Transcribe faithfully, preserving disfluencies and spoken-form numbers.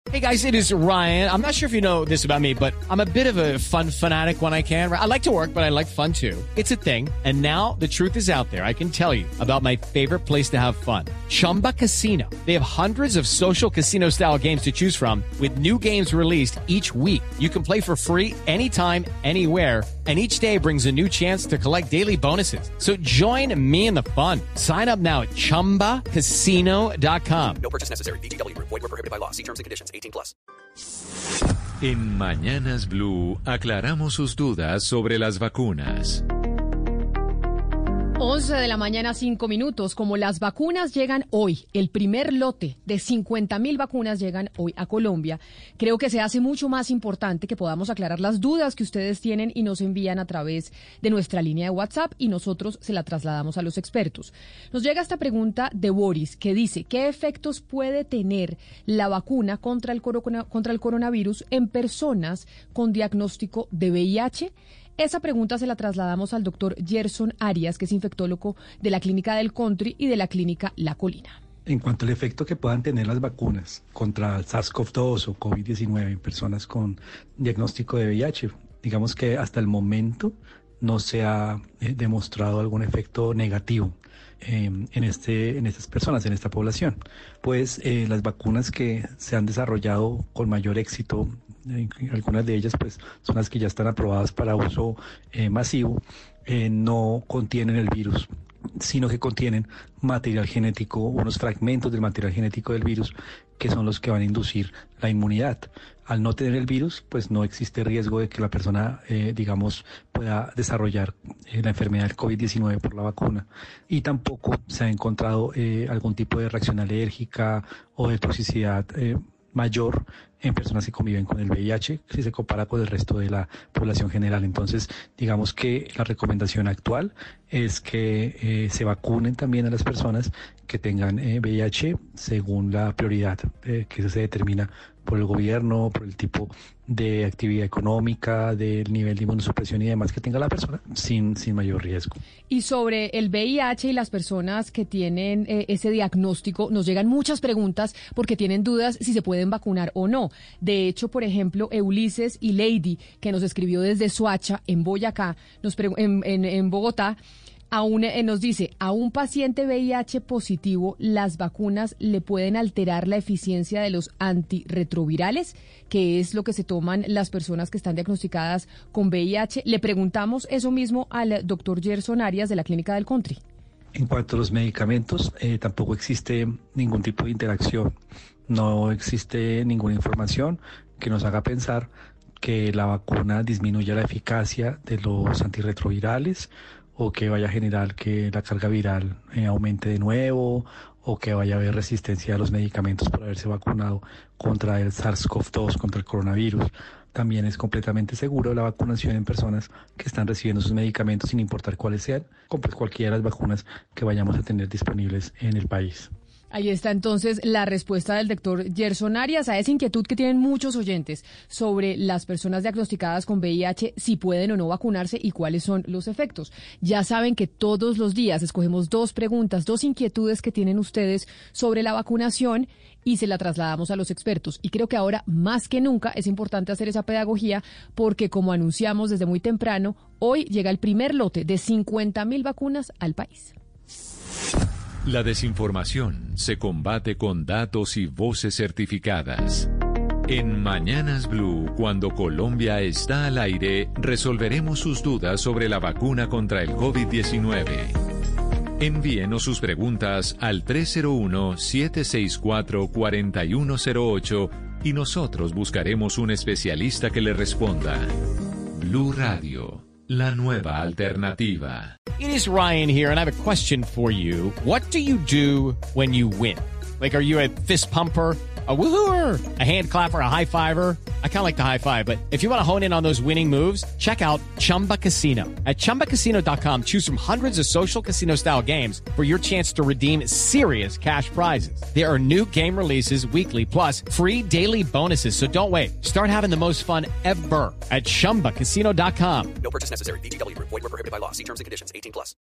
Hey guys, it is Ryan. I'm not sure if you know this about me, but I'm a bit of a fun fanatic when I can. I like to work, but I like fun too. It's a thing. And now the truth is out there. I can tell you about my favorite place to have fun. Chumba Casino. They have hundreds of social casino style games to choose from with new games released each week. You can play for free anytime, anywhere. And each day brings a new chance to collect daily bonuses. So join me in the fun. Sign up now at chumba casino dot com. No purchase necessary. V G W. Void where prohibited by law. See terms and conditions. eighteen plus. En Mañanas Blue aclaramos sus dudas sobre las vacunas. once de la mañana, cinco minutos. Como las vacunas llegan hoy, el primer lote de cincuenta mil vacunas llegan hoy a Colombia, creo que se hace mucho más importante que podamos aclarar las dudas que ustedes tienen y nos envían a través de nuestra línea de WhatsApp y nosotros se la trasladamos a los expertos. Nos llega esta pregunta de Boris que dice, ¿qué efectos puede tener la vacuna contra el, corona, contra el coronavirus en personas con diagnóstico de V I H? Esa pregunta se la trasladamos al doctor Gerson Arias, que es infectólogo de la Clínica del Country y de la Clínica La Colina. En cuanto al efecto que puedan tener las vacunas contra el SARS-CoV dos o COVID diecinueve en personas con diagnóstico de V I H, digamos que hasta el momento no se ha eh, demostrado algún efecto negativo eh, en, este, en estas personas, en esta población. Pues eh, las vacunas que se han desarrollado con mayor éxito, eh, algunas de ellas pues son las que ya están aprobadas para uso eh, masivo, eh, no contienen el virus, sino que contienen material genético, unos fragmentos del material genético del virus que son los que van a inducir la inmunidad. Al no tener el virus, pues no existe riesgo de que la persona, eh, digamos, pueda desarrollar eh, la enfermedad del COVID diecinueve por la vacuna. Y tampoco se ha encontrado eh, algún tipo de reacción alérgica o de toxicidad eh, mayor en personas que conviven con el V I H, si se compara con el resto de la población general. Entonces, digamos que la recomendación actual es que eh, se vacunen también a las personas que tengan eh, V I H según la prioridad eh, que se determina por el gobierno, por el tipo de actividad económica, del nivel de inmunosupresión y demás que tenga la persona, sin, sin mayor riesgo. Y sobre el V I H y las personas que tienen eh, ese diagnóstico, nos llegan muchas preguntas porque tienen dudas si se pueden vacunar o no. De hecho, por ejemplo, Ulises y Lady, que nos escribió desde Soacha, en Boyacá, nos en, en, en Bogotá, A un, eh, nos dice, a un paciente V I H positivo, ¿las vacunas le pueden alterar la eficiencia de los antirretrovirales, que es lo que se toman las personas que están diagnosticadas con V I H? Le preguntamos eso mismo al doctor Gerson Arias de la Clínica del Country. En cuanto a los medicamentos, eh, tampoco existe ningún tipo de interacción. No existe ninguna información que nos haga pensar que la vacuna disminuya la eficacia de los antirretrovirales o que vaya a generar que la carga viral eh, aumente de nuevo o que vaya a haber resistencia a los medicamentos por haberse vacunado contra el SARS-CoV dos, contra el coronavirus. También es completamente seguro la vacunación en personas que están recibiendo sus medicamentos sin importar cuáles sean, con cualquiera de las vacunas que vayamos a tener disponibles en el país. Ahí está entonces la respuesta del doctor Gerson Arias a esa inquietud que tienen muchos oyentes sobre las personas diagnosticadas con V I H, si pueden o no vacunarse y cuáles son los efectos. Ya saben que todos los días escogemos dos preguntas, dos inquietudes que tienen ustedes sobre la vacunación y se la trasladamos a los expertos. Y creo que ahora más que nunca es importante hacer esa pedagogía porque, como anunciamos desde muy temprano, hoy llega el primer lote de cincuenta mil vacunas al país. La desinformación se combate con datos y voces certificadas. En Mañanas Blue, cuando Colombia está al aire, resolveremos sus dudas sobre la vacuna contra el COVID diecinueve. Envíenos sus preguntas al tres cero uno, siete seis cuatro, cuatro uno cero ocho y nosotros buscaremos un especialista que le responda. Blue Radio, la nueva alternativa. It is Ryan here, and I have a question for you. What do you do when you win? Like, are you a fist pumper, a woohooer, a hand clapper, a high fiver? I kind of like the high five, but if you want to hone in on those winning moves, check out Chumba Casino. At chumba casino dot com, choose from hundreds of social casino-style games for your chance to redeem serious cash prizes. There are new game releases weekly, plus free daily bonuses, so don't wait. Start having the most fun ever at chumba casino dot com. No purchase necessary. V G W. Void where prohibited by law. See terms and conditions. eighteen plus.